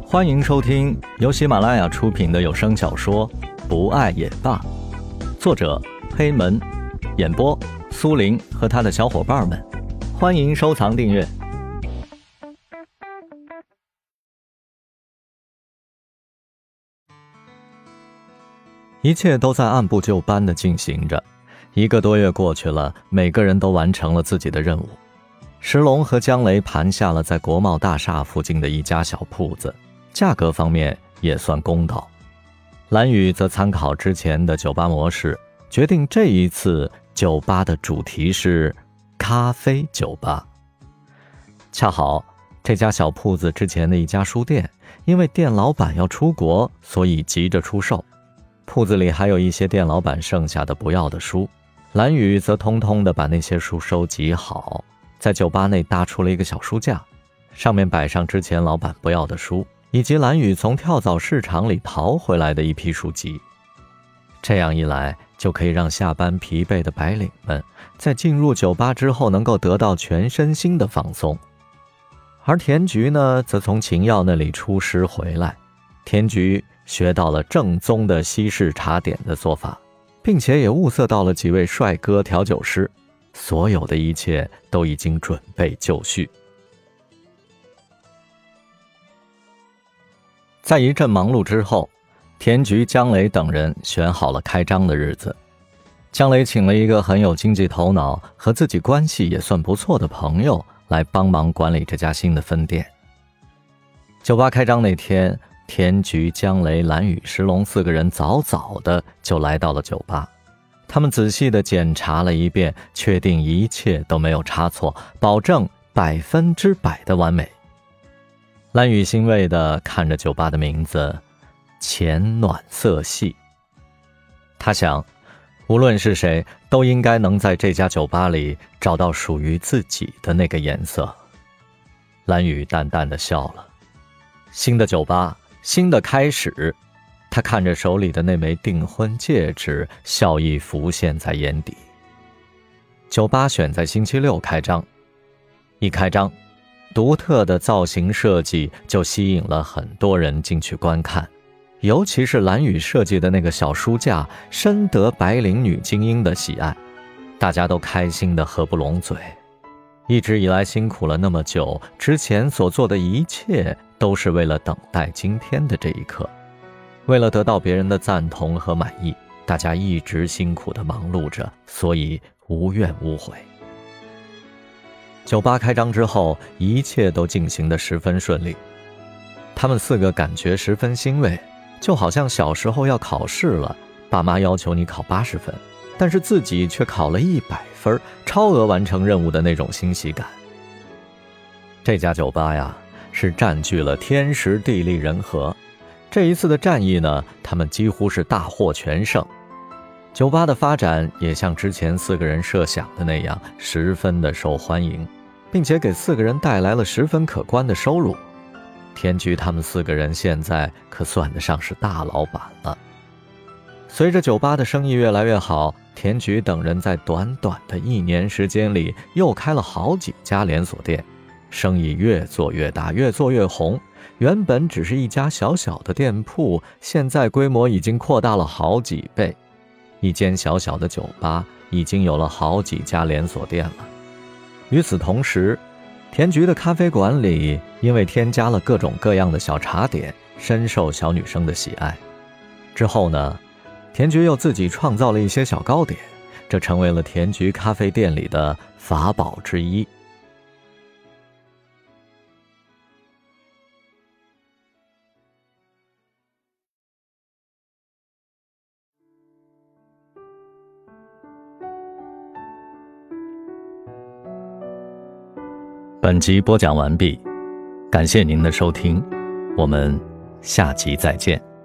欢迎收听由喜马拉雅出品的有声小说《不爱也罢》，作者黑门，演播苏林和他的小伙伴们。欢迎收藏订阅。一切都在按部就班地进行着。1个多月过去了，每个人都完成了自己的任务。石龙和江雷盘下了在国贸大厦附近的一家小铺子，价格方面也算公道。蓝宇则参考之前的酒吧模式，决定这一次酒吧的主题是咖啡酒吧。恰好这家小铺子之前的一家书店，因为店老板要出国，所以急着出售。铺子里还有一些店老板剩下的不要的书，蓝宇则通通地把那些书收集好，在酒吧内搭出了一个小书架，上面摆上之前老板不要的书，以及蓝宇从跳蚤市场里淘回来的一批书籍。这样一来，就可以让下班疲惫的白领们在进入酒吧之后能够得到全身心的放松。而田菊呢，则从秦耀那里出师回来，田菊学到了正宗的西式茶点的做法，并且也物色到了几位帅哥调酒师，所有的一切都已经准备就绪。在一阵忙碌之后，田菊、江雷等人选好了开张的日子。江雷请了一个很有经济头脑和自己关系也算不错的朋友来帮忙管理这家新的分店。酒吧开张那天，田菊、江雷、蓝宇、石龙4个人早早的就来到了酒吧。他们仔细地检查了一遍，确定一切都没有差错，保证100%的完美。蓝宇欣慰地看着酒吧的名字浅暖色系，他想，无论是谁都应该能在这家酒吧里找到属于自己的那个颜色。蓝宇淡淡地笑了。新的酒吧，新的开始。他看着手里的那枚订婚戒指，笑意浮现在眼底。酒吧选在星期六开张，一开张，独特的造型设计就吸引了很多人进去观看，尤其是蓝宇设计的那个小书架，深得白领女精英的喜爱，大家都开心得合不拢嘴。一直以来辛苦了那么久，之前所做的一切都是为了等待今天的这一刻。为了得到别人的赞同和满意，大家一直辛苦地忙碌着，所以无怨无悔。酒吧开张之后，一切都进行得十分顺利。他们4个感觉十分欣慰，就好像小时候要考试了，爸妈要求你考80分，但是自己却考了100分，超额完成任务的那种欣喜感。这家酒吧呀，是占据了天时地利人和。这一次的战役呢，他们几乎是大获全胜。酒吧的发展也像之前4个人设想的那样，十分的受欢迎，并且给4个人带来了十分可观的收入。田菊他们4个人现在可算得上是大老板了。随着酒吧的生意越来越好，田菊等人在短短的1年时间里又开了好几家连锁店，生意越做越大，越做越红。原本只是一家小小的店铺，现在规模已经扩大了好几倍。一间小小的酒吧已经有了好几家连锁店了。与此同时，田菊的咖啡馆里因为添加了各种各样的小茶点，深受小女生的喜爱。之后呢，田菊又自己创造了一些小糕点，这成为了田菊咖啡店里的法宝之一。本集播讲完毕，感谢您的收听，我们下集再见。